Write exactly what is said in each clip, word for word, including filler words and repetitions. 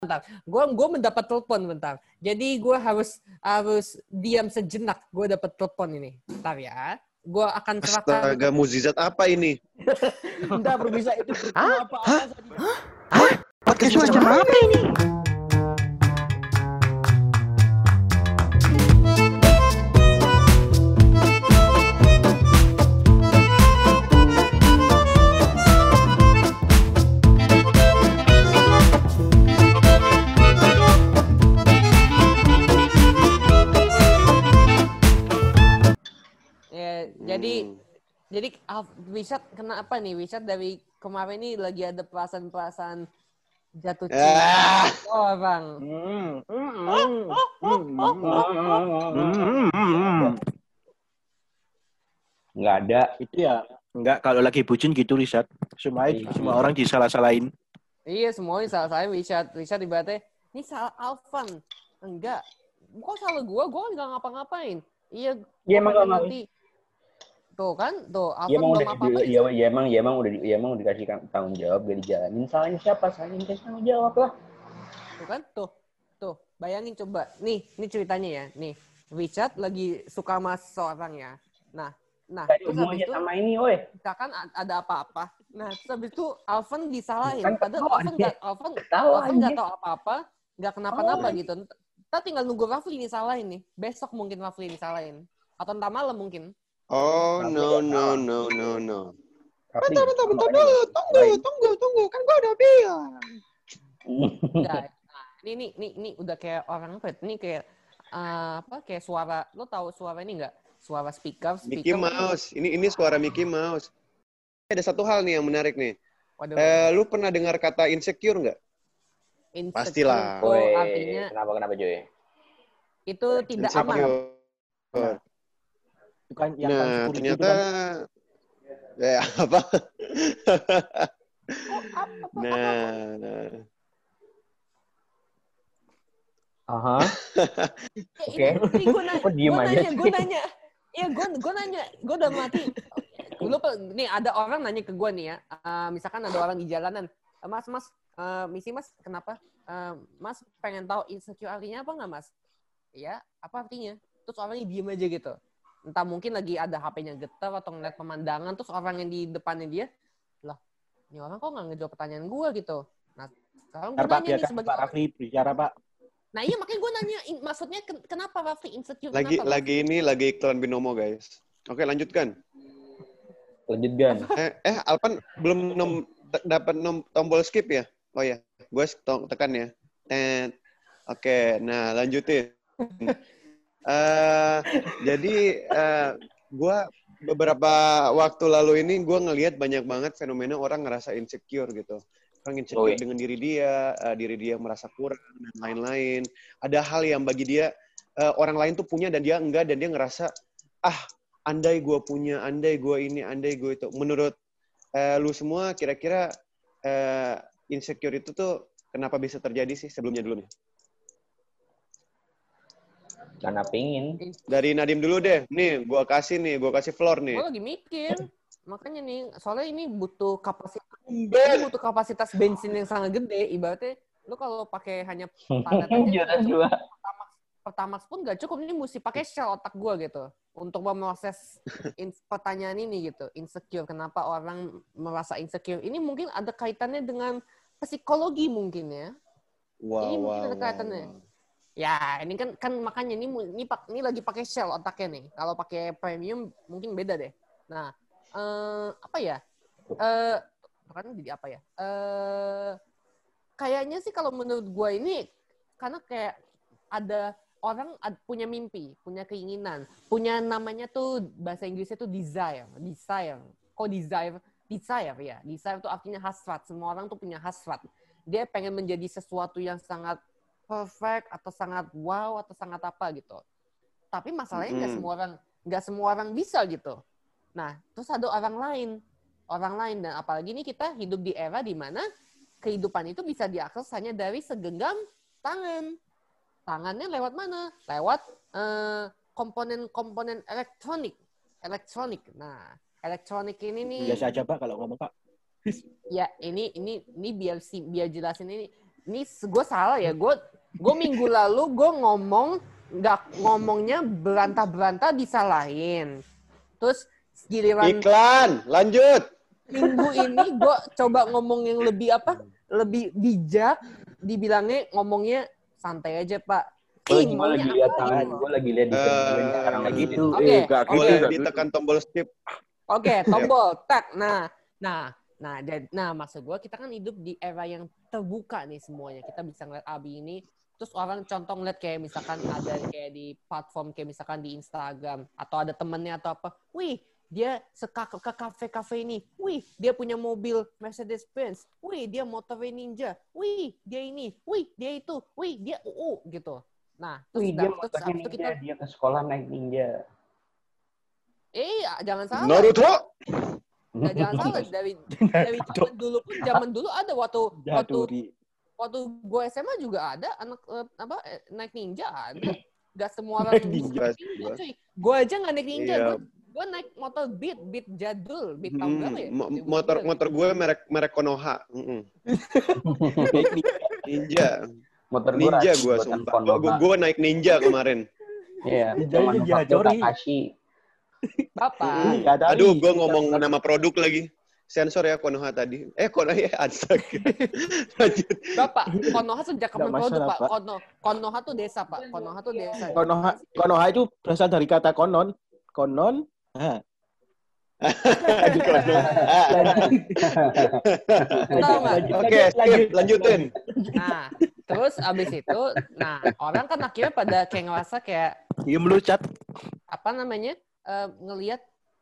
bentar. Gue gue mendapat telepon bentar. Jadi gue harus harus diam sejenak. Gue dapat telepon ini. Bentar ya. Gue akan serahkan. Astaga, mukjizat apa ini? Enggak berbisa itu berkuma apa-apa. Hah? Hah? Podcast macam apa ini? Jadi, hmm. jadi Wisat kenapa nih? Wisat dari kemarin ini lagi ada perasaan-perasaan jatuh cinta ah. orang. Hmm. Nggak ada. Itu ya, nggak kalau lagi bucin gitu Wisat. Semua iya. Semua orang disalah-salahin. Iya, semuanya salah-salahin Wisat. Wisat ibaratnya, ini salah Alvan. Enggak. Kok salah gua? Gua nggak ngapa-ngapain. Iya, ya, emang nanti. Tuh kan, tuh Alvan ya, belum apa-apa. Iya, ya, emang, ya emang udah, ya emang udah dikasih tanggung jawab, gak dijalanin. Salahnya siapa? Salahnya dikasih tanggung jawab lah. Tuh kan, tuh, tuh, bayangin coba. Nih, ini ceritanya ya. Nih, Richard lagi suka sama seorang ya. Nah, nah, terus habis itu sama ini, woi. Misalkan ada apa-apa. Nah, terus habis itu Alvan disalahin. Padahal Alvan nggak, Alvan, Alvan nggak tahu apa-apa, nggak kenapa-napa oh, gitu. Kita tinggal nunggu Rafli disalahin nih. Besok mungkin Rafli disalahin. Atau entar malam mungkin. Oh, no, no, no, no, no. Bentar, bentar, bentar dulu. Tunggu, tunggu, tunggu. Kan gue udah bilang. Nah, ini, ini, ini, ini udah kayak orang apa? Ini kayak, uh, apa, kayak suara, lo tahu suara ini nggak? Suara speaker, speaker. Mickey Mouse. Ini, ini suara Mickey Mouse. Ada satu hal nih yang menarik nih. Waduh. Eh, lu pernah dengar kata insecure nggak? Insecure. Pastilah. Oh, artinya. Kenapa, kenapa, Joy? Itu tidak insecure. Aman. Bukan yang nah, ternyata kan? Ya apa? oh, apa? Nah, nah. Aha. Oke. Gue nanya, gue nanya, gue nanya. Iya, gue gue nanya, gue udah mati. Lu nih ada orang nanya ke gue nih ya. Uh, misalkan ada orang di jalanan, Mas, Mas, uh, misi Mas, kenapa? Uh, mas pengen tahu insecure artinya apa nggak, Mas? Ya, apa artinya? Terus orangnya diem aja gitu. Entah mungkin lagi ada H P-nya getar atau ngeliat pemandangan, terus orang yang di depannya dia, lah, ini orang kok nggak ngejawab pertanyaan gue gitu. Nah, sekarang gue nanya nih sebagai Pak Rafli bicara Pak. Nah iya makanya gue nanya, in, maksudnya ken- kenapa Rafli insecure? Lagi kenapa, lagi ini lagi iklan binomo guys. Oke lanjutkan. Lanjutkan. Eh, eh Alvan belum nom, t- dapat nom, tombol skip ya? Oh ya, gue to- tekan ya. Tet. Oke, nah lanjutin. Uh, jadi uh, gue beberapa waktu lalu ini gue ngelihat banyak banget fenomena orang ngerasa insecure gitu. Orang insecure oh, iya. dengan diri dia, uh, diri dia merasa kurang dan lain-lain. Ada hal yang bagi dia uh, orang lain tuh punya dan dia enggak, dan dia ngerasa ah andai gue punya, andai gue ini, andai gue itu. Menurut uh, lu semua kira-kira uh, insecure itu tuh kenapa bisa terjadi sih sebelumnya dulu nih? Karena pingin. Dari Nadim dulu deh. Nih, gue kasih nih, gue kasih floor nih. Gue lagi mikir. Makanya nih, soalnya ini butuh kapasitas ini butuh kapasitas bensin yang sangat gede. Ibaratnya, lu kalau pakai hanya palet aja, pertamax, pertamax pun gak cukup. Ini mesti pakai shell otak gue gitu. Untuk memproses in- pertanyaan ini gitu. Insecure. Kenapa orang merasa insecure? Ini mungkin ada kaitannya dengan psikologi mungkin ya. Wow, ini mungkin wow, ada kaitannya. Wow. Ya, ini kan kan makanya ini ini, ini lagi pakai shell otaknya nih. Kalau pakai premium mungkin beda deh. Nah, eh, apa ya? Eh, kan jadi apa ya? Eh, kayaknya sih kalau menurut gue ini karena kayak ada orang ad, punya mimpi, punya keinginan, punya namanya tuh bahasa Inggrisnya tuh desire, desire. Kok desire? Desire ya. Desire itu artinya hasrat. Semua orang tuh punya hasrat. Dia pengen menjadi sesuatu yang sangat perfect atau sangat wow atau sangat apa gitu. Tapi masalahnya nggak mm. semua orang nggak semua orang bisa gitu. Nah, terus ada orang lain, orang lain dan apalagi ini kita hidup di era di mana kehidupan itu bisa diakses hanya dari segenggam tangan. Tangannya lewat mana? Lewat eh, komponen-komponen elektronik, elektronik. Nah, elektronik ini nih. Biasa aja Pak kalau ngomong Pak. Ya, ini ini ini biar biar jelasin ini. ini gue salah ya. Gue gue minggu lalu gue ngomong nggak ngomongnya berantah-berantah disalahin. Terus giliran Iklan, lanjut. minggu ini gue coba ngomong yang lebih apa? Lebih bijak. Dibilangnya ngomongnya santai aja Pak. Gue Ih, lagi maunya lihat apa tangan, gitu. gue lagi lihat di gue sekarang lagi gitu. Oke. Eh, gak gitu, Boleh gak gitu. ditekan tombol skip. Oke, tombol tag. Nah, nah, nah, jadi, nah, maksud gue kita kan hidup di era yang terbuka nih semuanya. Kita bisa ngeliat Abi ini, terus orang contoh ngeliat kayak misalkan ada kayak di platform kayak misalkan di Instagram atau ada temennya atau apa. Wih, dia suka ke kafe-kafe ini. Wih, dia punya mobil Mercedes-Benz. Wih, dia motor Ninja. Wih, dia ini. Wih, dia itu. Wih, dia U U gitu. Nah, terus, Wih, dia dah, mau terus pakai abis itu ninja, kita, dia ke sekolah naik ninja. eh, jangan salah. Naruto. Nah, jangan salah dari dari zaman dulu pun zaman dulu ada waktu waktu Jaduri. waktu gue S M A juga ada anak eh, apa eh, naik ninja ada. Gak semua orang Naik ninja. bisa naik ninja cuy. Gue aja nggak naik ninja. Iya. Gue gue naik motor Beat Beat jadul. Beat tahun Hmm, berapa ya? mo- motor motor gue merek merek Konoha. Mm-mm. Ninja. Motor gue Ninja racing gue buatan sumpah. Konoha. Gue gue naik ninja kemarin. Iya, Ninja zaman ini bokap Jadori. Kakashi. Bapak. Hmm. Nggak ada Aduh, lagi. gue ngomong nama produk lagi. Sensor ya Konoha tadi. Eh Konoha ya Adsag. Lanjut. Bapak, Konoha sejak kapan Nggak produk masalah, Pak? Pak. Kono, Konoha tuh desa Pak. Konoha tuh desa. Konoha, Konoha itu berasal dari kata konon. Konon. Nah, Di Konoha. Tahu nggak? Oke, skip, lanjutin. Nah, terus abis itu, nah orang kan akhirnya pada kayak ngerasa kayak dia melucat. apa namanya eh, ngelihat,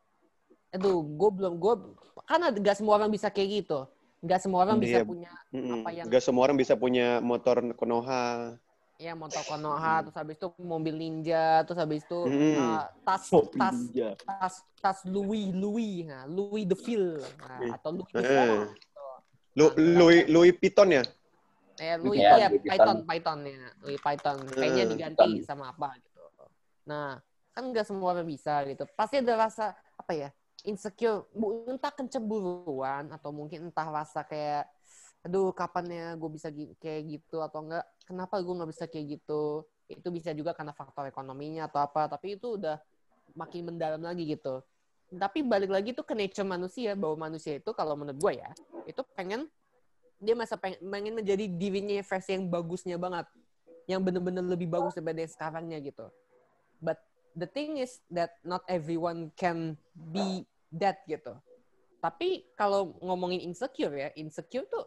aduh, gue belum gue kan gak semua orang bisa kayak gitu, gak semua orang bisa Iya. punya Mm-mm. apa yang Gak semua orang bisa punya motor Konoha. ya motor Konoha, terus habis itu mobil ninja, terus habis itu Hmm. eh, tas Oh, tas ninja. tas tas Louis Louis, nah, Louis the Phil, nah, atau Louis Eh. Vuitton. Lu- Louis Louis Vuitton ya? Eh, Louis Iya, ya, Louis Python, Vuitton. Python ya, Louis Python. Kayaknya Hmm, diganti Vuitton. sama apa gitu. Nah, kan nggak semua orang bisa gitu. Pasti ada rasa apa ya, insecure, Bu- entah kecemburuan atau mungkin entah rasa kayak, aduh, kapannya gue bisa gi- kayak gitu atau enggak? Kenapa gue nggak bisa kayak gitu? Itu bisa juga karena faktor ekonominya atau apa. Tapi itu udah makin mendalam lagi gitu. Tapi balik lagi tuh ke nature manusia, bahwa manusia itu kalau menurut gue ya, itu pengen dia masa pengen, pengen menjadi dirinya versi yang bagusnya banget, yang bener-bener lebih bagus daripada yang sekarangnya gitu. But the thing is that not everyone can be that gitu. Tapi kalau ngomongin insecure ya, insecure tuh,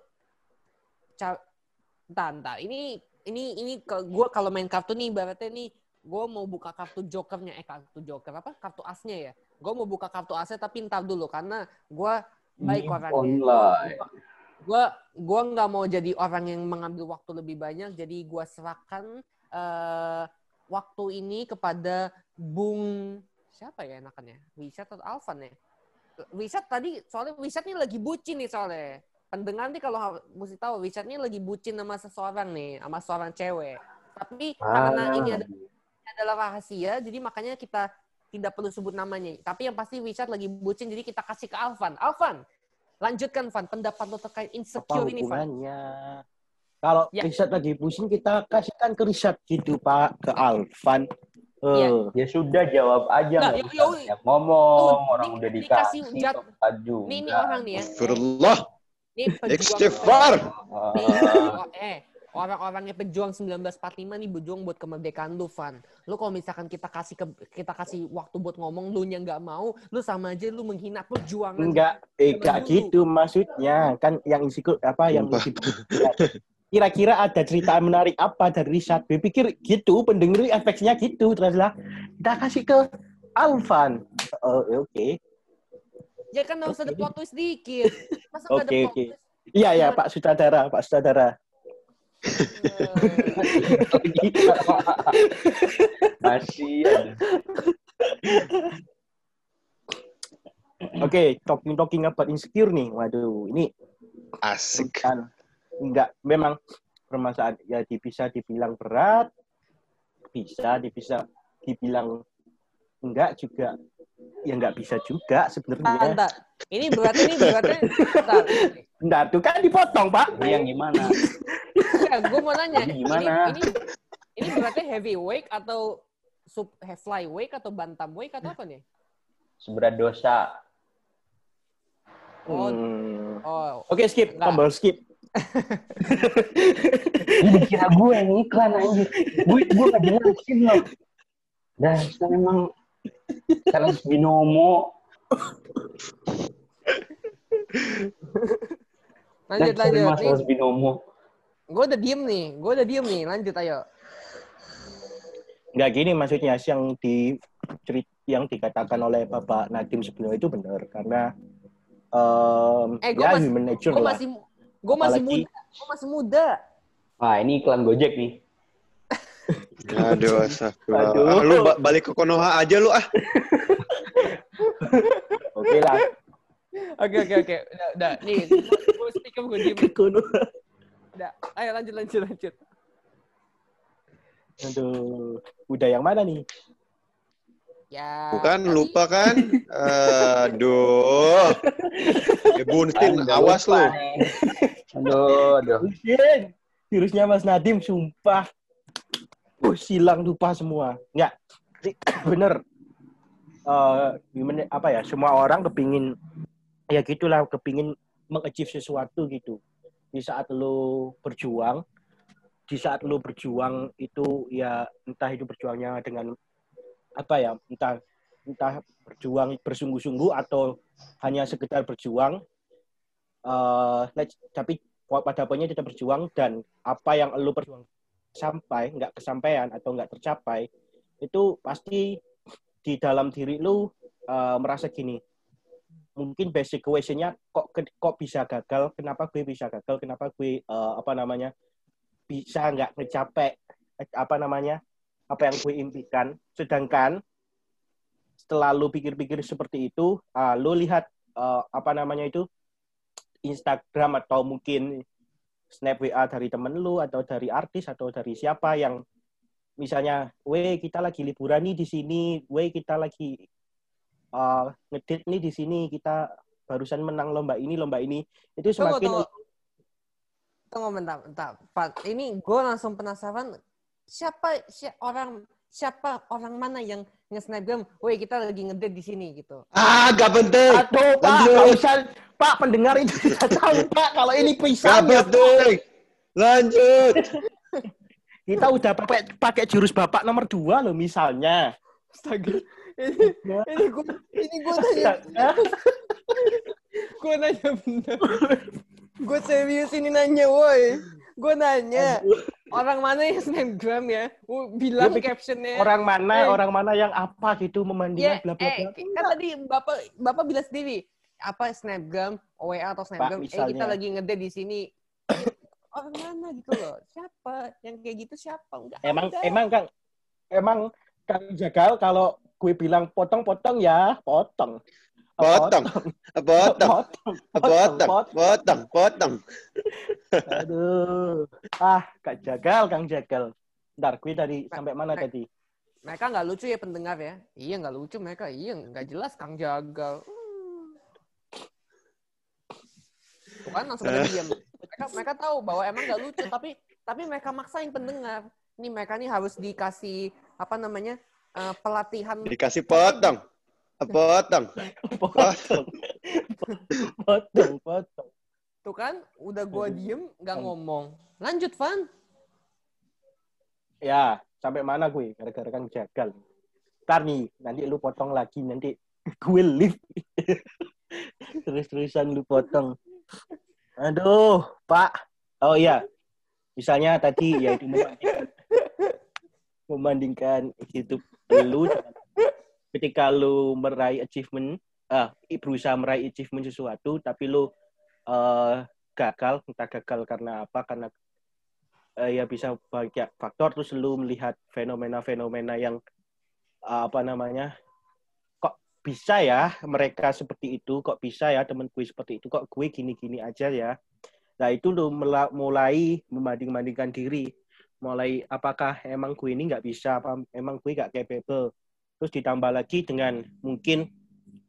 ca- entar, entar. Ini ini ini gue kalau main kartu nih, ibaratnya nih, gue mau buka kartu jokernya, eh kartu joker apa? Kartu asnya ya. Gue mau buka kartu asnya tapi entar dulu karena gue baik orangnya. Online. Gue gue nggak mau jadi orang yang mengambil waktu lebih banyak, jadi gue serahkan eh, waktu ini kepada Bung siapa ya enakannya, Wisat atau Alvan ya? Wisat tadi soalnya Wisat ini lagi bucin nih soalnya. Pendengar nih kalau ha- mesti tahu Wisat ini lagi bucin sama seseorang nih, sama seorang cewek. Tapi karena Ah. ini ada- ini adalah rahasia, jadi makanya kita tidak perlu sebut namanya. Tapi yang pasti Wisat lagi bucin, jadi kita kasih ke Alvan. Alvan, lanjutkan Van, pendapat lo terkait Apa insecure ini Van. hubungannya? Kalau Ya. riset lagi pusing, kita kasihkan ke riset gitu, Pak. Ke Alvan. Iya. Eh, Ya sudah, jawab aja. Nah, nggak ya- usah ya- banyak ngomong, Tuh, orang ini udah dikasih dikasih. jat- tempat juga. Ini, ini orang nih ya. Astagfirullah. Ini pejuang. Istighfar. Nih, Ah, eh, orang-orangnya pejuang seribu sembilan ratus empat puluh lima nih berjuang buat kemerdekaan lu, Van. Lu kalau misalkan kita kasih ke, kita kasih waktu buat ngomong, lu nya nggak mau, lu sama aja lu menghina perjuangan. enggak, eh, enggak dulu. gitu maksudnya. Kan yang insecure apa yang Sumpah. lebih kira-kira ada cerita menarik apa dari riset? Berpikir gitu, pendengar efeknya gitu. Terus lah, kita kasih ke Alvan. Oh, oke. Ya kan harus ada plot twist dikit. Masa nggak ada Oke, plot oke. twist? Iya, ya, Pak Sutradara, Pak Sutradara. Eh, masih ada. Oke, talking talking about insecure nih. Waduh, ini Asik. kan enggak memang permasalahan ya bisa dibilang berat, bisa bisa dibilang enggak juga. Ya enggak bisa juga sebenarnya. Bentar, ini beratnya ini beratnya. Bentar. Bentar, tuh kan dipotong, Pak. Ini yang gimana? Ya, gue mau nanya, Jadi ini, gimana? ini ini berarti heavyweight atau sub flyweight atau bantamweight atau apa nih? Seberat dosa. Oh, Hmm. oh, Oke, skip. enggak. Tombol skip. Ini dikira gue yang iklan anjir. Gue gue nggak jelasin loh. Dasar emang Charles Binomo. Lanjut, Dasar lanjut. emang Nih, Charles Binomo. gue udah diem nih, gue udah diem nih. Lanjut, ayo. Nggak gini maksudnya yang di cerit yang dikatakan oleh Bapak Nadiem sebelumnya itu benar karena um, Eh, gue ya masih, human nature gue lah. masih, gue masih Apalagi- muda, gue masih muda. Wah, ini iklan Gojek nih. Aduh, astagfirullah. Aduh. Ah, lu ba- balik ke Konoha aja lu ah. Oke lah. Oke, oke, oke. Udah, udah. Nih, gue speaker gue diem. Udah. Ayo lanjut, lanjut, lanjut. Aduh, udah yang mana nih? Ya. Bukan tadi- lupa kan? Aduh. Ya Buntin, Udah awas lupa lu. nih. Aduh, aduh. Bullshit. Virusnya Mas Nadiem, sumpah. Oh, silang lupa semua. Nggak, bener. Uh, gimana, apa ya, semua orang kepingin, ya gitulah, kepingin mengachieve sesuatu gitu. Di saat lo berjuang, di saat lo berjuang itu ya entah itu berjuangnya dengan apa ya, entah entah berjuang bersungguh-sungguh atau hanya sekedar berjuang, uh, tapi pada poinnya kita berjuang dan apa yang lo berjuang sampai nggak kesampaian atau nggak tercapai itu pasti di dalam diri lo uh, merasa gini, mungkin basic question-nya kok kok bisa gagal, kenapa gue bisa gagal, kenapa gue uh, apa namanya bisa nggak ngecapai apa namanya apa yang gue impikan. Sedangkan setelah lo pikir-pikir seperti itu, uh, lo lihat uh, apa namanya itu Instagram atau mungkin snap W A dari temen lu atau dari artis atau dari siapa yang misalnya, weh kita lagi liburan nih di sini, weh kita lagi uh, ngedate nih di sini, kita barusan menang lomba ini lomba ini, itu Tunggu, semakin tunggu. Tunggu bentar, bentar. Pak, ini gue langsung penasaran siapa, siapa orang siapa orang mana yang nge-snapgram, weh kita lagi ngedate di sini gitu. Ah, gak penting. Aduh, Pak, Lanjut. nggak usah. Pak, pendengar itu tidak tahu, Pak, kalau ini Gak pisangnya. penting. Lanjut. Kita udah pakai pakai jurus Bapak nomor dua loh misalnya. Astaga. Ini, ini gue ini gue nanya. Gue nanya bener. Gue serius ini nanya, woi. Gue nanya. Orang mana yang snapgram ya? Bilang Dia pikir captionnya. Orang mana, Eh. orang mana yang apa gitu Ya, membandingkan bla bla eh, bla. kan tadi Bapak Bapak bilang sendiri apa snapgram, W A atau snapgram, Pak, eh kita misalnya. lagi ngedate di sini. Orang mana gitu loh? Siapa? Yang kayak gitu siapa? Enggak Emang ada. emang Kang emang Kang Jagal kalau gue bilang potong-potong ya potong. Potong. Potong. Potong. Potong. Potong. Potong. Aduh. Ah, Kang Jagal, Kang Jagal. Ntar gue tadi sampai mana Mek- tadi? Mereka nggak lucu ya pendengar ya? Iya nggak lucu mereka. Iya nggak jelas Kang Jagal. Hmm. Bukan langsung pada diam. Mereka mereka tahu bahwa emang nggak lucu, tapi tapi mereka maksain pendengar. Nih mereka nih harus dikasih apa namanya eh, pelatihan. Dikasih potong. Potong. Potong. Potong, potong. Tuh kan, udah gua diem nggak ngomong. Lanjut Van. Ya, sampai mana gue? Gara-gara Kang Jagal. Ntar nih, nanti lu potong lagi, nanti gue live. Terus-terusan lu potong. Aduh, Pak. Oh iya, misalnya tadi ya itu membandingkan, membandingkan hidup lu ketika lu meraih achievement, ah, berusaha meraih achievement sesuatu, tapi lu uh, gagal, entah gagal karena apa, karena uh, ya bisa banyak faktor, terus lu melihat fenomena-fenomena yang uh, apa namanya, kok bisa ya mereka seperti itu, kok bisa ya temen gue seperti itu, kok gue gini-gini aja ya. Nah itu lu mulai membanding-bandingkan diri, mulai apakah emang gue ini nggak bisa, apa emang gue nggak capable. Terus ditambah lagi dengan mungkin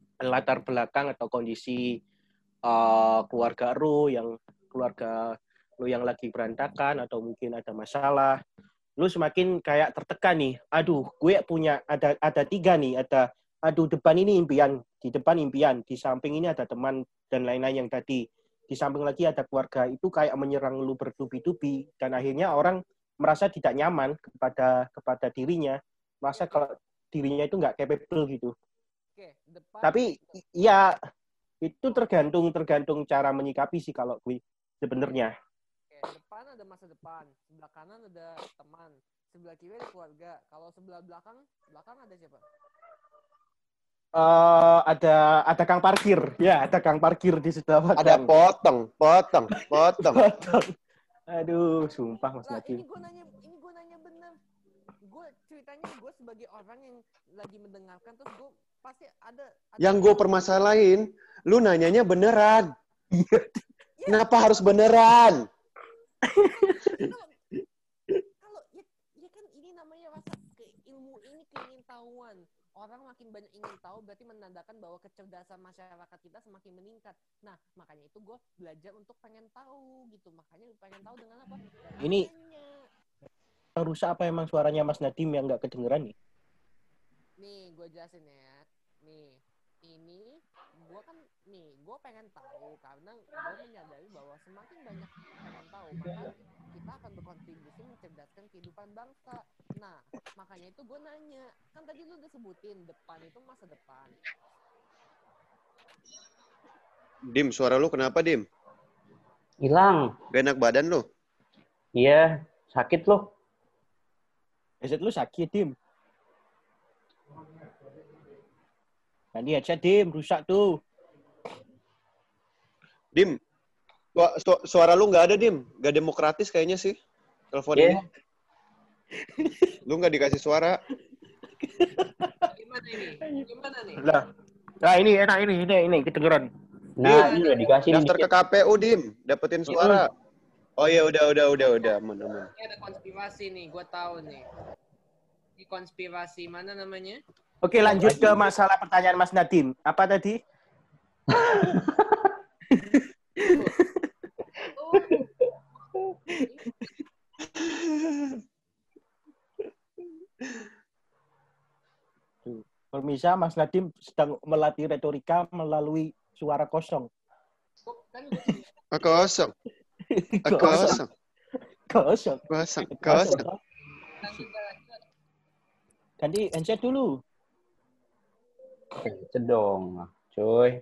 latar belakang atau kondisi uh, keluarga lu yang keluarga lu yang lagi berantakan atau mungkin ada masalah, lu semakin kayak tertekan nih. Aduh, gue punya ada ada tiga nih, ada aduh depan ini impian, di depan impian, di samping ini ada teman dan lain-lain yang tadi. Di samping lagi ada keluarga, itu kayak menyerang lu bertubi-tubi dan akhirnya orang merasa tidak nyaman kepada kepada dirinya, merasa kalau dirinya itu nggak capable gitu. Oke, depan. Tapi ya itu tergantung tergantung cara menyikapi sih kalau gue sebenarnya. Oke, depan ada masa depan, sebelah kanan ada teman, sebelah kiri ada keluarga. Kalau sebelah belakang, belakang ada siapa? Uh, ada ada kang parkir, ya ada kang parkir di sebelah belakang. Ada potong, potong, potong. potong. Aduh, sumpah Mas Nah, Nadim. ini gue nanya, ini gue nanya bener. Gue ceritanya gue sebagai orang yang lagi mendengarkan terus gue pasti ada. ada Yang gue permasalahin, lu nanyanya beneran. Kenapa harus beneran? Kalau, kalau ya, ya kan ini namanya rasa ke ilmu ini keingintahuan. Orang makin banyak ingin tahu berarti menandakan bahwa kecerdasan masyarakat kita semakin meningkat. Nah, makanya itu gue belajar untuk pengen tahu gitu. Makanya pengen tahu dengan apa? Ini Makanya. rusak apa emang suaranya Mas Nadim yang nggak kedengeran nih? Nih, gue jelasin ya. Nih, ini gue kan nih, gue pengen tahu karena gue menyadari bahwa semakin banyak pengen tahu, maka kita akan berkontribusi mencerdaskan kehidupan bangsa. Nah, makanya itu gue nanya, kan tadi lu udah sebutin depan itu masa depan. Dim, suara lu kenapa, Dim? Hilang. Gak enak badan lu? Iya, sakit loh. Headset lu sakit, Dim. Tadi aja, Dim, rusak tuh. Dim, su- suara lu nggak ada, Dim. Gak demokratis kayaknya sih telepon Yeah. ini. Lu nggak dikasih suara. Gimana ini? Gimana nih? Lah, nah ini enak ini, ini, ini kedengeran. Nah, Dim, ini udah dikasih daftar ke dikit. K P U, Dim. Dapetin suara. Oh iya, udah, udah, udah, udah. Aman, aman. Ini ada konspirasi nih, gue tahu nih. Ini konspirasi mana namanya? Oke, lanjut ke masalah pertanyaan Mas Nadim. Apa tadi? Permisa, Mas Nadim sedang melatih retorika melalui suara kosong. Ah, kosong. Ah, kosong. Kosong. Kosong. Kosong. Ganti handset dulu. Cedong, cuy.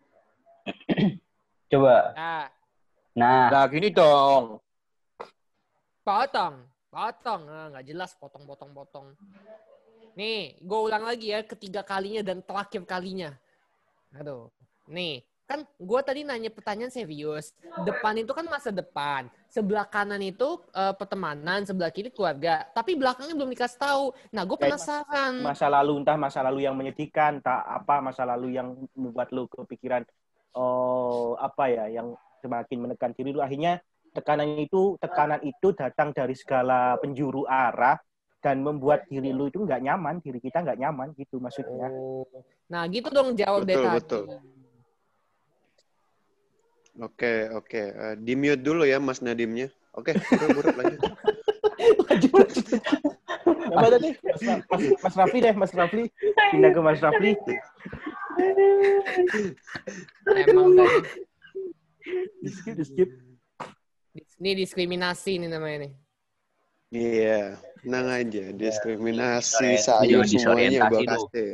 Coba. Nah, Nah, Nah, gini dong. potong. Potong. Nah, nggak jelas potong-potong-potong. Nih, gue ulang lagi ya, ketiga kalinya dan terakhir kalinya. Aduh. Nih, kan gue tadi nanya pertanyaan serius. Depan itu kan masa depan. Sebelah kanan itu uh, pertemanan, sebelah kiri keluarga. Tapi belakangnya belum dikasih tahu. Nah, gue penasaran. Masa lalu, entah masa lalu yang menyedihkan, entah apa masa lalu yang membuat lu kepikiran, oh apa ya, yang semakin menekan diri lu. Akhirnya tekanan itu, tekanan itu datang dari segala penjuru arah dan membuat diri lu itu nggak nyaman, diri kita nggak nyaman gitu maksudnya. Oh. Nah, gitu dong jawab Betul, deh tadi. betul. Oke, oke. Uh, di-mute dulu ya Mas Nadimnya. Oke, buru-buru lanjut. lanjut, lanjut. Apa tadi? Mas, Mas, Mas Rafli deh, Mas Rafli. Pindah ke Mas Rafli. Emang udah nih. Di skip, di skip. Ini diskriminasi nih namanya nih. Iya, tenang aja. Diskriminasi Disori- sayur semuanya disorientasi gua lu. kasih.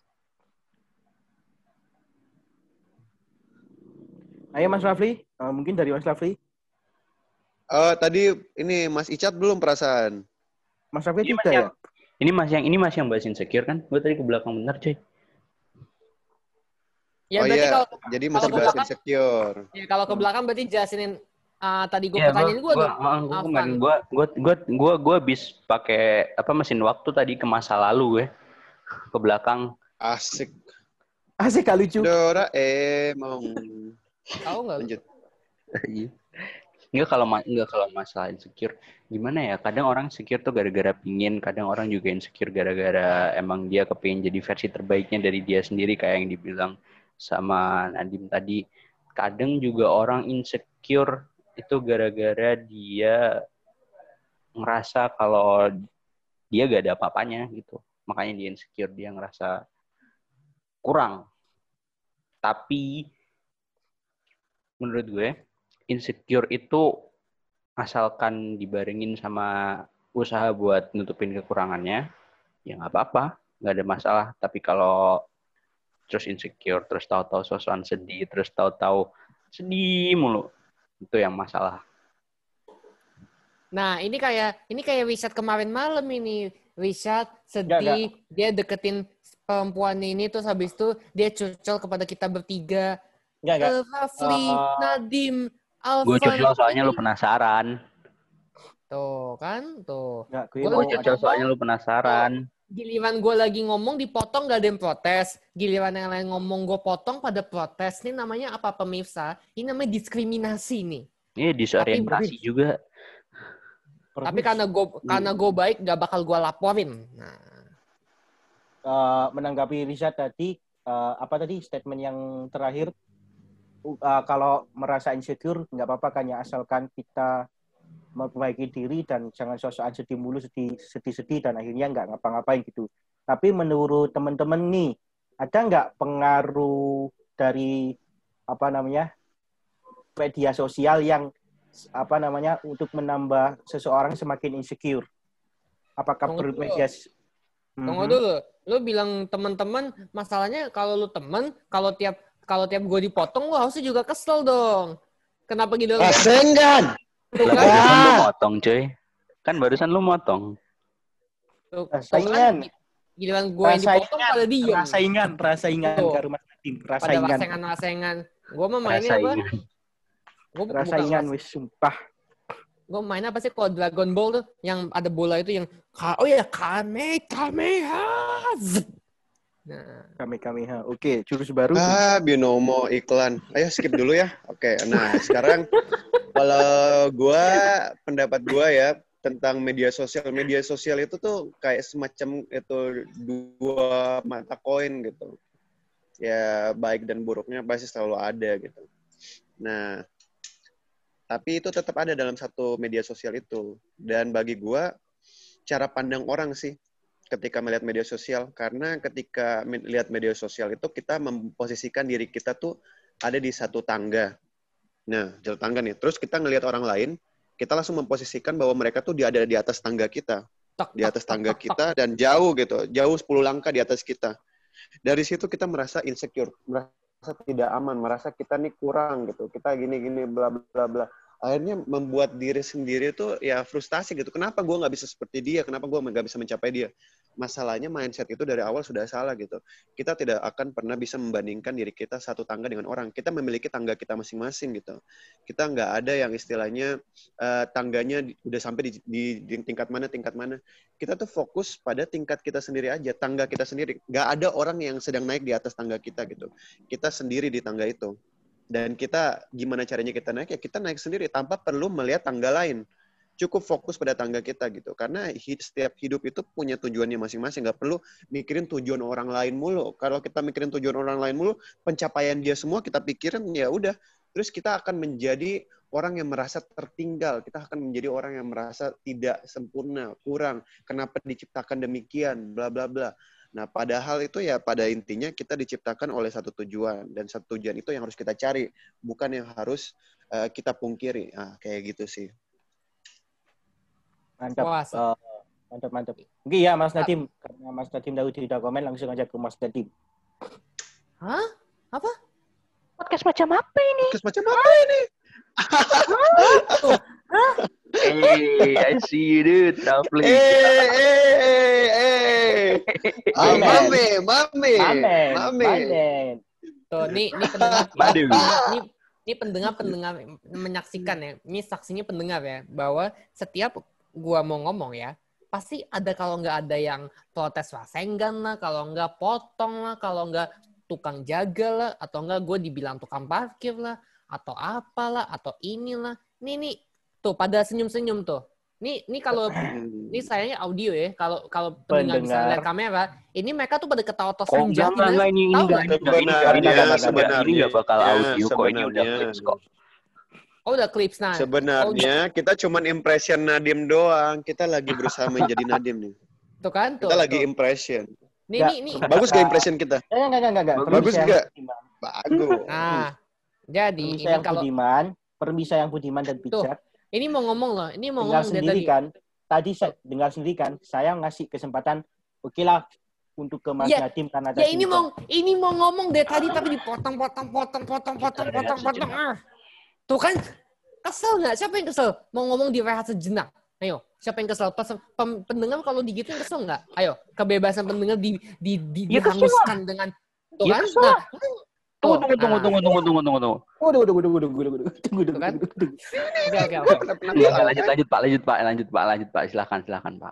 Ayo Mas Rafli, uh, mungkin dari Mas Rafli. Oh, tadi ini Mas Icat belum perasaan. Mas Rafli Ini tidak Mas ya? yang, ini Mas yang ini Mas yang bahas insecure kan? Gue tadi ke belakang bener, cuy. Ya Oh berarti iya, kalau jadi kalau masih ke bahas belakang, insecure. ya kalau ke belakang berarti jelasin uh, tadi gue Iya, pertanyaan gue gua, dong. gua, gua kemarin Afan. gua gua gua gua gua habis pakai apa mesin waktu tadi ke masa lalu ya. Ke belakang. Asik. Asik kali lucu. Dora emang. Tahu nggak? Lanjut. Enggak kalau ma- enggak kalau masalah insecure gimana ya? Kadang orang insecure tuh gara-gara pingin, kadang orang juga insecure gara-gara emang dia kepingin jadi versi terbaiknya dari dia sendiri kayak yang dibilang sama Nadim tadi. Kadang juga orang insecure itu gara-gara dia ngerasa kalau dia gak ada apa-apanya gitu. Makanya dia insecure, dia ngerasa kurang. Tapi menurut gue, insecure itu asalkan dibarengin sama usaha buat nutupin kekurangannya, ya nggak apa-apa, nggak ada masalah. Tapi kalau terus insecure, terus tahu-tahu sosokan sedih, terus tahu-tahu sedih mulu, itu yang masalah. Nah, ini kayak ini kayak Richard kemarin malam ini. Richard sedih, Nggak, nggak. dia deketin perempuan ini, terus habis itu dia curcol kepada kita bertiga. Enggak, enggak. Uh, Rafli, Uh, Nadim, Alvan. Gue curcol soalnya lu penasaran. Tuh kan, tuh. Enggak, gue Gua mau lagi Curcol ngomong, soalnya lu penasaran. giliran gue lagi ngomong dipotong gak ada yang protes. Giliran yang lain ngomong gue potong pada protes. Ini namanya apa pemirsa? Ini namanya diskriminasi nih. Ini disorientasi juga. Tapi karena gue karena gue baik gak bakal gue laporin. Nah. Uh, menanggapi Richard tadi, uh, apa tadi statement yang terakhir, uh, kalau merasa insecure nggak apa-apa kan ya, asalkan kita memperbaiki diri dan jangan sosokan sedih mulu, sedih sedih dan akhirnya nggak ngapa-ngapain gitu. Tapi menurut teman-teman nih, ada nggak pengaruh dari apa namanya media sosial yang apa namanya untuk menambah seseorang semakin insecure? Apakah Tunggu dulu. media Tunggu Mhm. dulu. Lu bilang teman-teman, masalahnya kalau lu temen, kalau tiap kalau tiap gue dipotong, lu harusnya juga kesel dong. Kenapa gitu? Rasengan. Tuh Lah, kan? barusan lu motong, cuy. Kan barusan lu motong. Tuh, Ah, tuh saingan. kan? Giliran gue yang dipotong pada diem. Rasaingan, rasaingan, Tuh. Kak Mas Nadim, Pada rasaingan. rasengan-rasengan. Gue mah mainnya apa? Rasaingan. Gue Rasaingan wis sumpah. Gue main apa sih kalau Dragon Ball tuh yang ada bola itu yang oh ya Kame Kameha. Zep. Nah, Kami kami ha. Oke, jurus baru. Ah, binomo iklan. Ayo skip dulu ya. Oke, nah sekarang kalau gua pendapat gua ya tentang media sosial. Media sosial itu tuh kayak semacam itu dua mata koin gitu. Ya baik dan buruknya pasti selalu ada gitu. Nah, tapi itu tetap ada dalam satu media sosial itu. Dan bagi gua cara pandang orang sih ketika melihat media sosial, karena ketika melihat media sosial itu kita memposisikan diri kita tuh ada di satu tangga. Nah, jalan tangga nih. Terus kita ngelihat orang lain, kita langsung memposisikan bahwa mereka tuh dia ada di atas tangga kita. Di atas tangga kita dan jauh gitu, jauh sepuluh langkah di atas kita. Dari situ kita merasa insecure, merasa tidak aman, merasa kita nih kurang gitu. Kita gini-gini bla bla bla. Akhirnya membuat diri sendiri tuh ya frustasi gitu. Kenapa gue nggak bisa seperti dia? Kenapa gue nggak bisa mencapai dia? Masalahnya mindset itu dari awal sudah salah gitu. Kita tidak akan pernah bisa membandingkan diri kita satu tangga dengan orang. Kita memiliki tangga kita masing-masing gitu. Kita nggak ada yang istilahnya uh, tangganya udah sampai di, di, di tingkat mana, tingkat mana. Kita tuh fokus pada tingkat kita sendiri aja, tangga kita sendiri. Nggak ada orang yang sedang naik di atas tangga kita gitu. Kita sendiri di tangga itu. Dan kita, gimana caranya kita naik? Ya kita naik sendiri tanpa perlu melihat tangga lain. Cukup fokus pada tangga kita gitu. Karena setiap hidup itu punya tujuannya masing-masing. Nggak perlu mikirin tujuan orang lain mulu. Kalau kita mikirin tujuan orang lain mulu, pencapaian dia semua kita pikirin, ya udah. Terus kita akan menjadi orang yang merasa tertinggal. Kita akan menjadi orang yang merasa tidak sempurna, kurang. Kenapa diciptakan demikian, bla bla bla. Nah, padahal itu ya pada intinya kita diciptakan oleh satu tujuan. Dan satu tujuan itu yang harus kita cari. Bukan yang harus uh, kita pungkiri. Nah, kayak gitu sih. Mantap. Wah, Uh, mantap, mantap. Oke ya, Mas Nadim. Karena Mas Nadim tahu tidak komen, langsung aja ke Mas Nadim. hah? Apa? Podcast macam apa ini? Terus macam apa ini? Hey, I see you, dude. Rafli. Eh, eh, eh, eh. Ah, mame, mame. Mamen, Mame. mamen. Tuh, nih, nih pendengar, Madu. nih, nih pendengar-pendengar menyaksikan ya, ini saksinya pendengar ya, bahwa setiap gua mau ngomong ya, pasti ada kalau nggak ada yang protes Rasengan lah, kalau nggak potong lah, kalau nggak tukang jaga lah, atau nggak gue dibilang tukang parkir lah, atau apalah, atau inilah. Nih, nih, tuh pada senyum-senyum tuh. Nih, nih kalau ini sayangnya audio ya. Kalau kalau pendengar bisa Pendengar. lihat kamera, ini mereka tuh pada ketawa-tawa Kok enggak, senjata. enggak, enggak, ini, ini Tahu enggak, nggak? ini enggak, ini enggak, ini enggak, ini enggak, ini enggak bakal Sebenarnya, audio kok, ini udah sebenarnya. clean kok. Oh, udah clips nah. Sebenarnya oh, kita cuman impression Nadim doang. Kita lagi berusaha menjadi Nadim nih. Tuh kan, tuh. Kita lagi tuh. impression. Nih, nih, nih. Bagus gak impression kita? Enggak, enggak, enggak, enggak. Bagus enggak? Bagus. Nah, jadi permisa ini yang kalau Budiman, permisa yang Budiman dan bijak. Ini mau ngomong loh, ini mau dengar ngomong sendiri tadi. kan. Tadi saya dengar sendiri kan, saya ngasih kesempatan oke okay lah untuk ke Mas ya, Nadim karena ya tadi ini mau ini mau ngomong dari tadi tapi dipotong potong potong potong potong potong potong ah. Tuh kan kesel nggak? Siapa yang kesel? Mau ngomong direhat sejenak. Ayo, siapa yang kesel? Pas, pem, pendengar kalau digituin kesel nggak? Ayo, kebebasan pendengar di di, di ya, dihanguskan dengan tuh ya, kan? Nah, tunggu tunggu tunggu tunggu tunggu tunggu tunggu tunggu. Tunggu tunggu tunggu tunggu tunggu tunggu tunggu kan? Oke oke oke. Lanjut lanjut Pak, lanjut Pak, lanjut Pak, lanjut Pak. Silakan silakan Pak.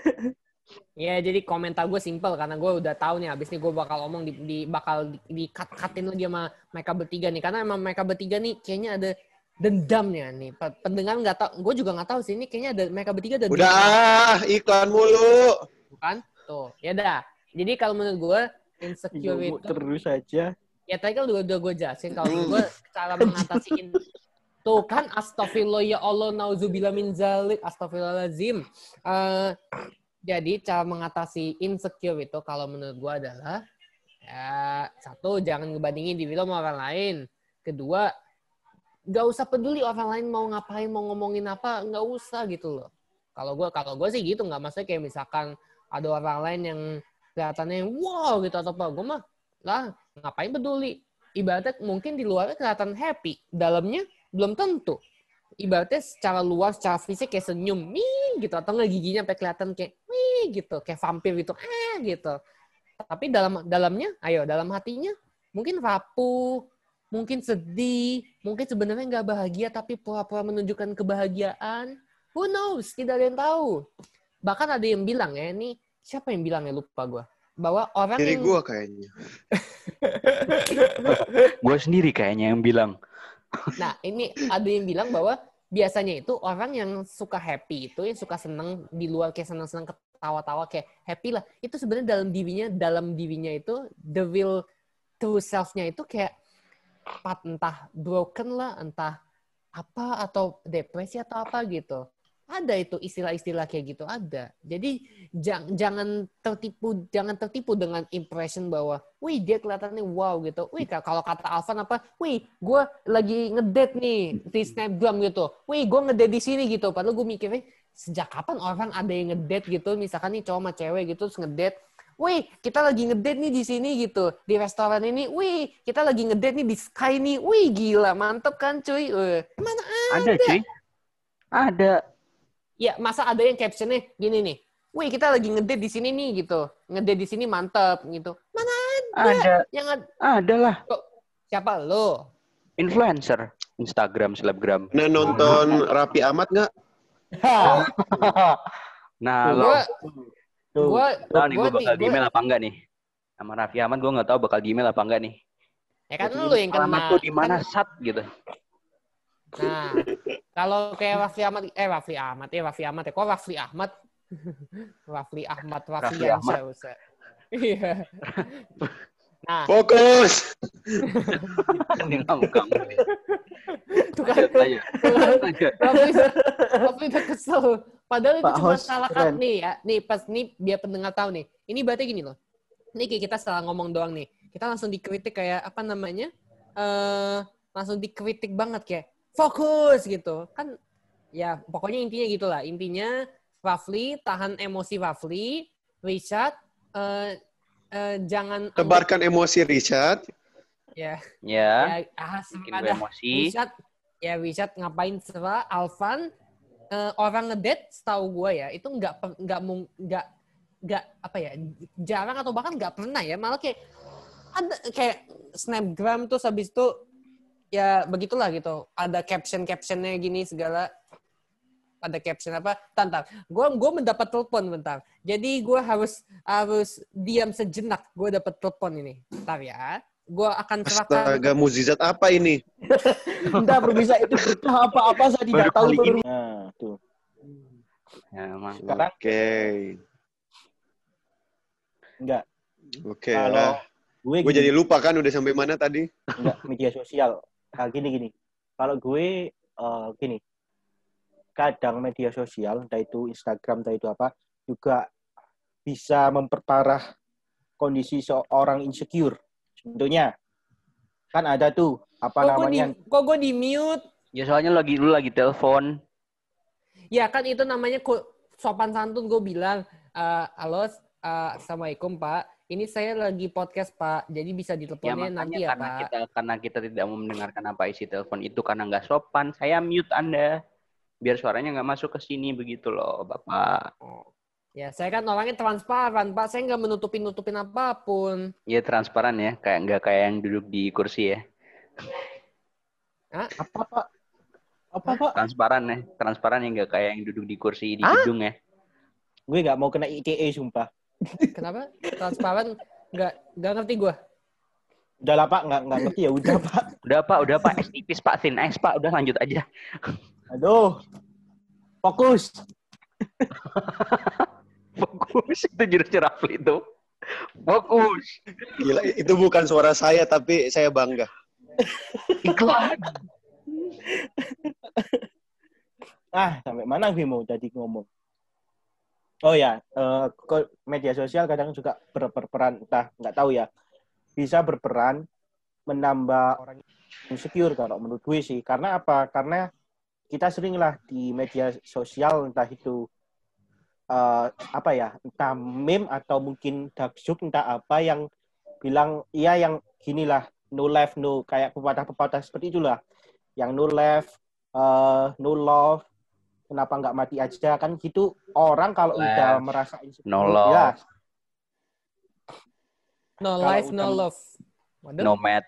Ya jadi komentar gue simpel karena gue udah tahu nih abis ini gue bakal omong di, di bakal di, di cut cutin lagi sama mereka bertiga nih karena emang mereka bertiga nih kayaknya ada dendamnya nih pendengar nggak tahu gue juga nggak tahu sih ini kayaknya ada mereka bertiga ada udah ah, iklan mulu bukan tuh ya dah jadi kalau menurut gue insecure itu terus aja ya tadi kan udah udah gue jelasin kalau gue cara mengatasi tuh kan astagfirullah ya Allah nauzubillah min zalik astagfirullahalazim uh, jadi cara mengatasi insecure itu kalau menurut gue adalah ya satu jangan ngebandingin diri lo sama orang lain. Kedua nggak usah peduli orang lain mau ngapain mau ngomongin apa nggak usah gitu loh. Kalau gue kalau gue sih gitu nggak maksudnya kayak misalkan ada orang lain yang kelihatannya wow gitu atau apa gue mah lah ngapain peduli. Ibaratnya mungkin di luarnya kelihatan happy dalamnya belum tentu. Ibaratnya secara luar, secara fisik kayak senyum, nih gitu, atau nggak giginya sampai kelihatan kayak, nih gitu, kayak vampir gitu, eh gitu. Tapi dalam dalamnya, ayo dalam hatinya mungkin rapuh, mungkin sedih, mungkin sebenarnya nggak bahagia tapi pura-pura menunjukkan kebahagiaan. Who knows? Tidak ada yang tahu. Bahkan ada yang bilang ya, ini siapa yang bilang ya lupa gue, bahwa orang Jadi yang gue kayaknya. Gue sendiri kayaknya yang bilang. Nah, ini ada yang bilang bahwa biasanya itu orang yang suka happy itu, yang suka seneng di luar kayak seneng-seneng ketawa-tawa kayak happy lah. Itu sebenarnya dalam dirinya, dalam dirinya itu the real true self-nya itu kayak entah broken lah, entah apa atau depresi atau apa gitu. Ada itu istilah-istilah kayak gitu ada. Jadi jang, jangan tertipu, jangan tertipu dengan impression bahwa, wih dia kelihatannya wow gitu. Wih kalau kata Alvan apa, wih gue lagi ngedate nih di Snapgram gitu. Wih gue ngedate di sini gitu. Padahal gue mikirnya sejak kapan orang ada yang ngedate gitu. Misalkan nih cowok sama cewek gitu terus ngedate. Wih kita lagi ngedate nih di sini gitu di restoran ini. Wih kita lagi ngedate nih di Sky nih. Wih gila mantep kan cuy. Uh, mana ada? Ada cuy. Ada. Ya, masa ada yang captionnya gini nih. Wih, kita lagi ngedate di sini nih gitu. Ngedate di sini mantep gitu. Mana ada? Ada. Yang ad... ada lah. Kok, siapa lo? Influencer. Instagram, selebgram. Nah, nonton Raffi Ahmad nggak? Nah, lo. Gua, gua, tahu nih gue bakal gua, di email apa enggak nih? Sama Raffi Ahmad gue nggak tahu bakal di email apa enggak nih. Ya kan lu yang kena. Alamat tuh di mana sat gitu. Nah, kalau kayak Raffi Ahmad, eh Raffi Ahmad, eh Raffi Ahmad, ya kok Raffi Ahmad, Raffi Ahmad, Raffi Ahmad, iya. Nah, fokus. Ini ngomong. Tuh kan, Raffi, Raffi udah kesel. Padahal itu cuma salah kat nih ya. Nih pas nih biar pendengar tahu nih. Ini berarti gini loh. Ini kayak kita salah ngomong doang nih. Kita langsung dikritik kayak apa namanya? Eh, langsung dikritik banget kayak. Fokus gitu kan ya pokoknya intinya gitulah intinya Rafli tahan emosi Rafli Richard uh, uh, jangan tebarkan anggap... emosi Richard ya ya, ya ah, emosi Richard ya Richard ngapain serah Alvan uh, orang ngedate setahu gue ya itu nggak nggak nggak nggak apa ya jarang atau bahkan nggak pernah ya malah kayak ada kayak snapgram tuh habis itu ya begitulah gitu. Ada caption-captionnya gini segala. Ada caption apa? Tantang. Gue gue mendapat telepon bentar. Jadi gue harus harus diam sejenak. Gue dapat telepon ini. Bentar ya. Gue akan serahkan. Astaga, mukjizat apa ini? Entah berbisa itu berkah apa-apa saya tidak tahu. Nah, tuh. Ya, emang. Oke. Okay. Enggak. Oke. Okay, kalau gue, gue jadi lupa kan udah sampai mana tadi? Enggak, media sosial. Nah, gini gini. Kalau gue uh, gini, kadang media sosial, entah itu Instagram, entah itu apa, juga bisa memperparah kondisi seorang insecure. Sebetulnya kan ada tuh apa Kok gue di, namanya? kok gue di mute? Ya soalnya lagi lu lagi telepon. Ya kan itu namanya ku- sopan santun gue bilang, "Eh, halo, eh, assalamualaikum Pak. Ini saya lagi podcast Pak, jadi bisa Ya diteleponnya makanya nanti ya karena Pak." kita karena kita tidak mau mendengarkan apa isi telepon itu karena nggak sopan, saya mute Anda biar suaranya nggak masuk ke sini begitu loh, Bapak. Oh. Ya saya kan orangnya transparan Pak, saya nggak menutupin-nutupin apapun. Ya transparan ya, kayak nggak kayak yang duduk di kursi ya. Hah? Apa Pak? Apa Pak? Transparan ya, transparan ya nggak kayak yang duduk di kursi di Hah? gedung ya. Gue nggak mau kena I T E sumpah. Kenapa? Transparan nggak nggak ngerti gue. Udah lah Pak, nggak nggak ngerti ya udah Pak. Udah Pak, udah Pak, es tipis Pak, thin ice Pak, udah lanjut aja. Aduh, fokus. Fokus, itu jurus Rafli itu. Fokus. Gila, itu bukan suara saya, tapi saya bangga. Iklan. Ah, sampai mana gue mau tadi ngomong? Oh ya, uh, media sosial kadang juga ber- berperan, entah nggak tahu ya, bisa berperan menambah orang insecure kalau menurut gue sih. Karena apa? Karena kita seringlah di media sosial, entah itu uh, apa ya, entah meme atau mungkin dark joke, entah apa yang bilang, iya yang ginilah, no life, no, kayak pepatah-pepatah seperti itulah. Yang no life, uh, no love, kenapa nggak mati aja, kan gitu. Orang kalau Life, udah merasa insecure, no love. ya. No Kalau life, no udah- love. Waduh. Nomad.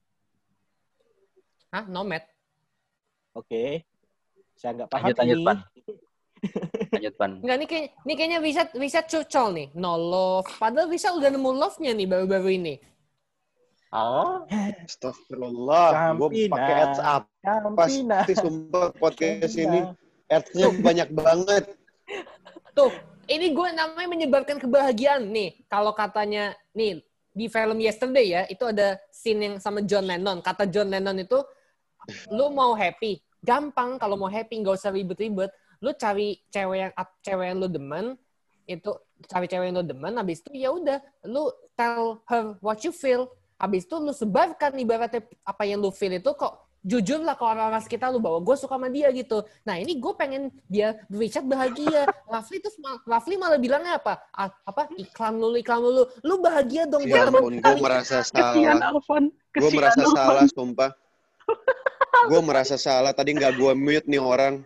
Hah? Nomad? Oke. Saya nggak paham Lanjut, lanjut, ini. Pan. Lanjut, Pan. Enggak, ini, kayak, ini kayaknya bisa bisa cucol nih. No love. Padahal bisa udah nemu love-nya nih baru-baru ini. Oh. Astagfirullah, gue Campina, pakai ads apa Campina, sih sumpah podcast Campina. ini. Ads-nya banyak banget. Tuh, ini gue namanya menyebarkan kebahagiaan nih. Kalau katanya, nih, di film Yesterday ya, itu ada scene yang sama John Lennon. Kata John Lennon itu, lu mau happy, gampang kalau mau happy, nggak usah ribet-ribet. Lu cari cewek yang cewek yang lu demen, itu cari cewek yang lu demen, habis itu ya udah, lu tell her what you feel. Habis itu lu sebarkan ibaratnya apa yang lu feel itu kok jujur lah ke orang-orang sekitar lu bahwa gue suka sama dia gitu. Nah ini gue pengen dia Richard bahagia. Lovely tuh Lovely malah bilangnya apa? Ah, apa iklan lu iklan lu lu bahagia dong. Ya Gua ampun, gue merasa Kesian salah. Alvan. Gue merasa salah, sumpah. Gue merasa salah. Tadi nggak gue mute nih orang.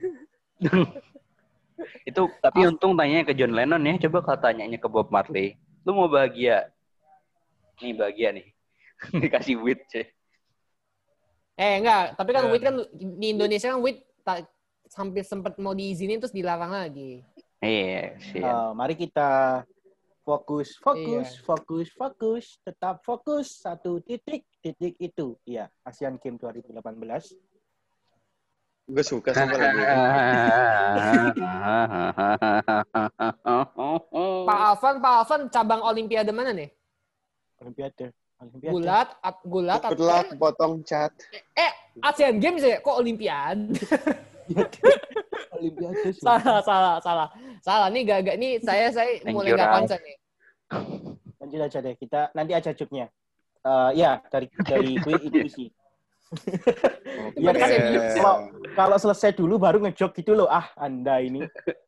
Itu tapi untung tanyanya ke John Lennon ya. Coba kalau tanyanya ke Bob Marley. Lu mau bahagia? Nih bahagia nih. Dikasih wit sih. Eh enggak, tapi kan weed kan di Indonesia kan weed tak hampir sempat mau diizinin terus dilarang lagi. Iya, sih. Uh, mari kita fokus, fokus, Iya. fokus, fokus, tetap fokus satu titik, titik itu. Iya, Asian Games dua ribu delapan belas. Gue suka sumpah lagu itu. Pak Alvan, Pak Alvan cabang olimpiade mana nih? Olimpiade. Olimpiade. Gulat, at, gulat Good atau luck, potong chat. eh Asian Games ya? Kok olimpiade? Olimpiade. sih. salah, salah, salah. Salah nih gak-gak nih saya saya Thank mulai you, nggak Rai. konsen nih. Lanjut aja deh. Kita nanti aja joknya. Uh, ya, dari dari gue itu sih. Iya kan, Oke. kalau kalau selesai dulu baru ngejok gitu loh. Ah, Anda ini.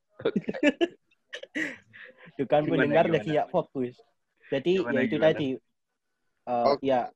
Tuh kan Gimana, pendengar gimana? lagi ya fokus. Jadi Gimana, ya itu gimana? tadi. Uh, Oke. Ya,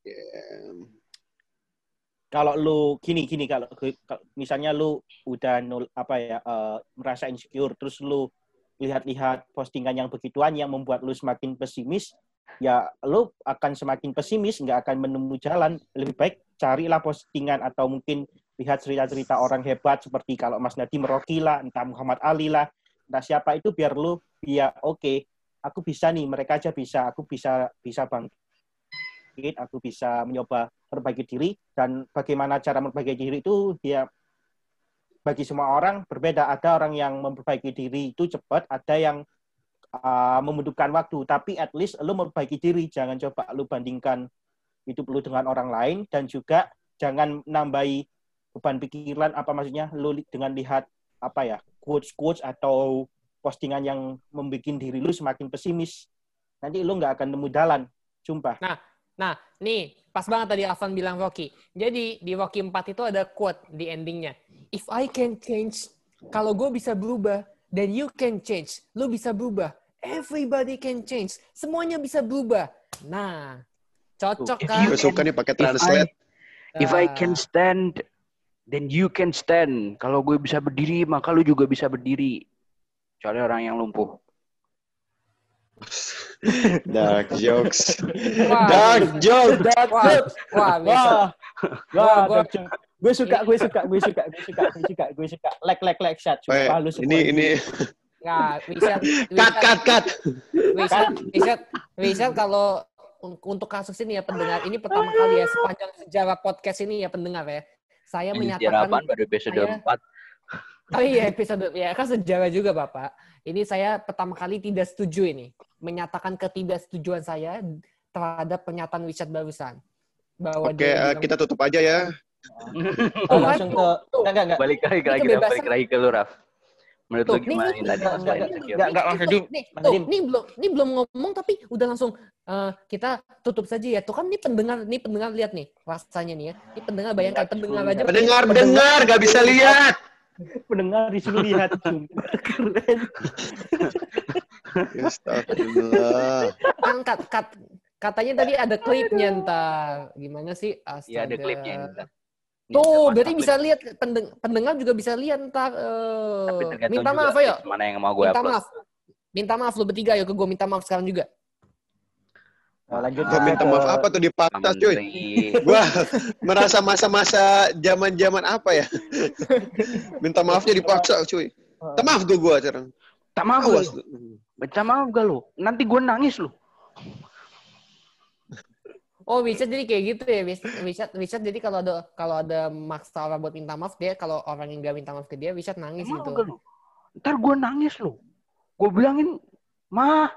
kalau lu gini gini kalau, kalau misalnya lu udah nul apa ya uh, merasa insecure terus lu lihat-lihat postingan yang begituan yang membuat lu semakin pesimis, ya lu akan semakin pesimis, nggak akan menemu jalan. Lebih baik carilah postingan atau mungkin lihat cerita-cerita orang hebat seperti kalau Mas Nadiem Rocky lah, entah Muhammad Ali lah, entah siapa itu, biar lu ya oke, okay, aku bisa nih, mereka aja bisa, aku bisa bisa bangkit, aku bisa mencoba memperbaiki diri. Dan bagaimana cara memperbaiki diri itu dia bagi semua orang berbeda. Ada orang yang memperbaiki diri itu cepat, ada yang uh, membutuhkan waktu. Tapi at least lu memperbaiki diri, jangan coba lu bandingkan hidup lu dengan orang lain, dan juga jangan nambahi beban pikiran apa maksudnya lu li- dengan lihat apa ya quotes-quotes atau postingan yang membuat diri lu semakin pesimis, nanti lu nggak akan nemu jalan, sumpah. Nah, nah, nih pas banget tadi Afan bilang Rocky. Jadi di Rocky empat itu ada quote di endingnya. If I can change, kalau gue bisa berubah, then you can change. Lu bisa berubah. Everybody can change. Semuanya bisa berubah. Nah, cocok If kan? you Gue suka nih pakai If I, translate. if I can stand, then you can stand. Kalau gue bisa berdiri, maka lu juga bisa berdiri. Kecuali orang yang lumpuh. Dark jokes. Wah, Dark jokes. wah, wah, bisa. Wah, Gua- gua, gue suka, gue suka, gue suka, gue suka, gue suka, gue suka. Like, like, like, shot. Weh, Sumpah, lu semua ini ini Nggak, Wisat, cut cut cut. Wisat, Wisat, Wisat kalau un- untuk kasus ini ya pendengar, ini pertama kali ya sepanjang sejarah podcast ini ya pendengar ya. Saya Ini menyatakan, apaan pada episode saya- empat. oh iya episode, ya kan sejarah juga Bapak. Ini saya pertama kali tidak setuju ini. Menyatakan ketidaksetujuan saya terhadap pernyataan Wisat barusan. Bahwa Oke, dia eh, bilang- kita tutup aja ya. Oh, langsung ke, enggak, enggak, enggak. Balik lagi, Ini lagi, kebebasan. balik lagi ke lu, Raf. Menurut Tuh, lu gimana nih, nih nih, tadi enggak, masalah enggak, insecure? enggak, enggak, Mas Nih, Nadim. nih, Mas tuh, Nadim. nih belum, nih belum ngomong tapi udah langsung eh, kita tutup saja ya. Tuh kan nih pendengar, nih pendengar lihat nih rasanya nih ya. Ini pendengar bayangkan pendengar aja. Pendengar dengar, gak bisa lihat. Pendengar disuruh lihat. Keren. Astagfirullah. Kan kat- kat- katanya tadi ada klipnya ntar. Gimana sih? Astaga. Iya, ada klipnya. Ntar. Ini Tuh, ada berarti klip. bisa lihat pendeng- pendengar juga bisa lihat ntar. eh, Tapi tergantung minta juga maaf ayo. Mana yang mau gue Minta upload. maaf. Minta maaf lu bertiga ayo ke gue minta maaf sekarang juga. Nah, lanjut Gua minta ke- maaf apa tuh dipaksa cuy. Menteri. Gua merasa masa-masa zaman-zaman apa ya? Minta maafnya dipaksa cuy. Minta maaf tuh gua sekarang. Tak maaf Awas. lu. Minta maaf gak lu? Nanti gue nangis lu. Oh, Wisat jadi kayak gitu ya, Wisat. Wisat jadi kalau ada kalau ada maksa orang buat minta maaf dia, kalau orang yang gak minta maaf ke dia, Wisat nangis Emang gitu. gak lu? Ntar gue nangis lu. Gue bilangin, mah.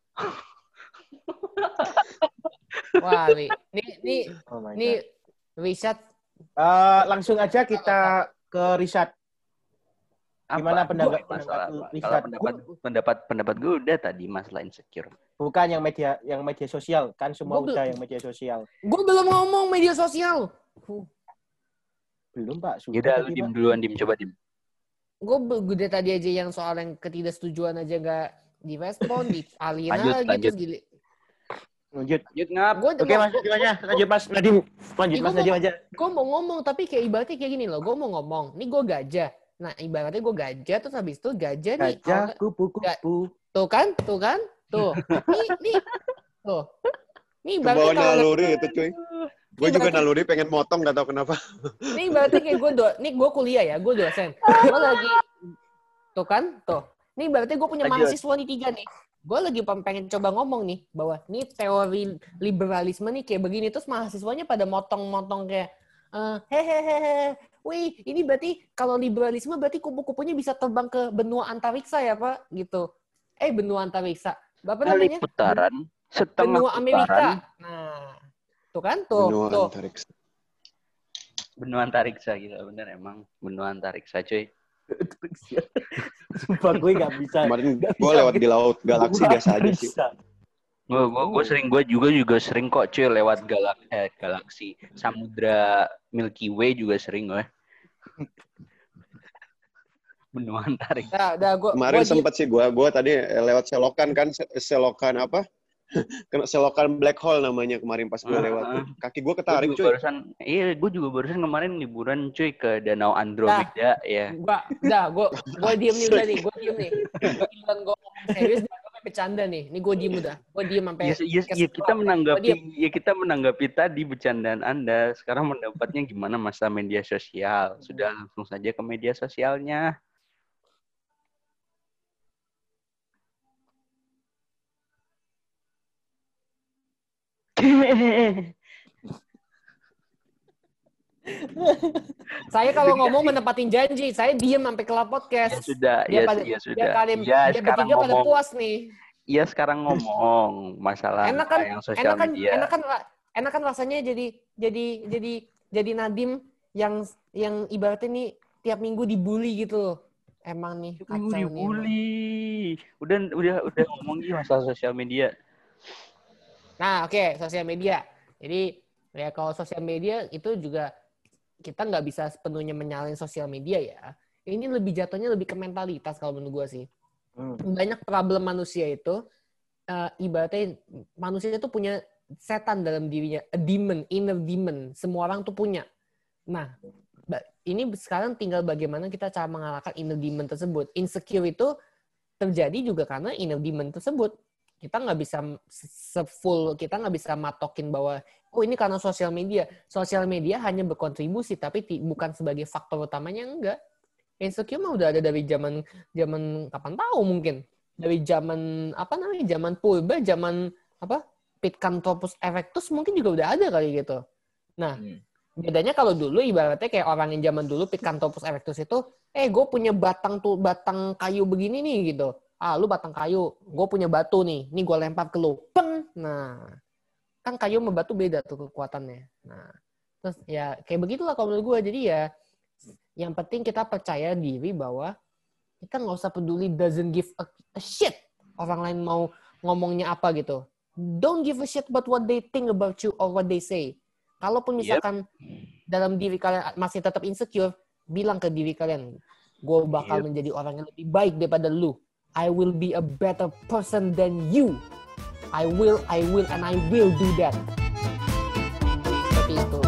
Wah, Wi. Nih, nih, Oh my nih God. Wisat. Eh, langsung aja kita ke riset. Gimana Apa? pendapat- Masalah pendapat apa? riset? Kalau pendapat pendapat pendapat gue udah tadi masalah insecure. Bukan yang media yang media sosial, kan semua Gua udah bel- yang media sosial. Gue belum ngomong media sosial. Belum, Pak. Sudah Yaudah, lu tadi, dim Pak. duluan, dim coba dim. Gue udah tadi aja yang soal yang ketidaksetujuan aja gak direspon, dialihin Lanjut, lagi lanjut. terus gili. Lanjut. Lanjut ngap. Gue Oke, Mas, lanjut aja. Lanjut, Mas Nadim. Lanjut, Ih, Mas gua Nadim aja. gue mau ngomong tapi kayak ibaratnya kayak gini loh. Gue mau ngomong, nih gue gajah. Nah ibaratnya gue gajah terus habis itu gajah nih. Gajah orang- kupu-kupu. Tuh kan, tuh kan, tuh. Nih, nih, tuh. Nih Kebawa ibaratnya kalau naluri itu cuy. Gue Ini juga berarti- naluri pengen motong gak tau kenapa. nih berarti kayak gue do, nih gue kuliah ya, gue dosen. Gue lagi, tuh kan, tuh. Nih berarti gue punya Lanjut. mahasiswa nih tiga nih. Gue lagi pengen coba ngomong nih bahwa nih teori liberalisme nih kayak begini terus mahasiswanya pada motong-motong kayak eh, hehehe. Wih, ini berarti kalau liberalisme berarti kupu-kupunya bisa terbang ke benua antariksa ya, Pak? Gitu. Eh, benua antariksa. Apa Kali namanya? putaran, setengah Benua Amerika. putaran, Nah, tuh kan, tuh, Benua tuh. antariksa. benua antariksa gitu. Bener emang, benua antariksa cuy. Sumpah gue gak bisa. Kemarin Nggak gue bisa lewat di laut galaksi Gua biasa aja nggak sih. bisa. Gue gue gue sering gue juga juga sering kok cuy lewat galak eh, galaksi samudra Milky Way juga sering gue. Benua antariksa. Nah, udah gua Kemarin gua di- sempet sih gue, gue tadi lewat selokan kan, se- selokan apa? Kena selokan black hole namanya kemarin pas gue Ah, lewat. ah. Kaki gue Gue ketarik juga cuy. barusan, iya gue juga barusan kemarin liburan cuy ke Danau Andromeda ya. gua udah gua gua diem nih udah nih, gua diem nih. Giliran gua ngomong serius dan gua bercanda nih. Nih gua diem udah. Gua diem sampai Yes, yes, ya kita Gua menanggapi diem. ya kita menanggapi tadi bercandaan Anda. Sekarang pendapatnya gimana masalah media sosial? Sudah langsung saja ke media sosialnya. Saya kalau ngomong menepatin janji, saya diem sampai kelar Ya podcast. sudah, Biar ya, pada- ya biar sudah. kalian Ya biar sekarang bertiga pada ngomong. puas nih. Iya sekarang ngomong masalah Enak kan, yang sosial enak kan, media. enak kan, enak kan rasanya jadi jadi jadi jadi Nadim yang yang ibaratnya nih tiap minggu dibully gitu loh. Emang nih Tiap kacau minggu nih. dibully. Udah udah udah ngomongin masalah sosial media. Nah, oke, okay, sosial media. Jadi ya kalau sosial media itu juga kita nggak bisa sepenuhnya menyalin sosial media ya. Ini lebih jatuhnya lebih ke mentalitas kalau menurut gue sih. Hmm. Banyak problem manusia itu uh, ibaratnya manusia itu punya setan dalam dirinya, a demon, inner demon. Semua orang tuh punya. Nah, ini sekarang tinggal bagaimana kita cara mengalahkan inner demon tersebut. Insecure itu terjadi juga karena inner demon tersebut. Kita nggak bisa se-full, kita nggak bisa matokin bahwa oh ini karena sosial media. Sosial media hanya berkontribusi, tapi t- bukan sebagai faktor utamanya, enggak. Insecure mah udah ada dari zaman zaman kapan tahu mungkin. Dari zaman apa namanya? Zaman purba, zaman apa? Pithecanthropus erectus mungkin juga udah ada kali gitu. Nah, hmm. bedanya kalau dulu ibaratnya kayak orang yang zaman dulu Pithecanthropus erectus itu, eh gue punya batang tuh batang kayu begini nih gitu. Ah, lu batang kayu, gue punya batu nih, nih gue lempar ke lu, peng. Nah, kan kayu sama batu beda tuh kekuatannya. Nah, terus ya kayak begitulah kalau menurut gue. Jadi ya, yang penting kita percaya diri bahwa kita nggak usah peduli doesn't give a, a shit orang lain mau ngomongnya apa gitu. Don't give a shit about what they think about you or what they say. Kalaupun misalkan yep. dalam diri kalian masih tetap insecure, bilang ke diri kalian, gue bakal yep. menjadi orang yang lebih baik daripada lu. I will be a better person than you. I will, I will, and I will do that. Seperti itu.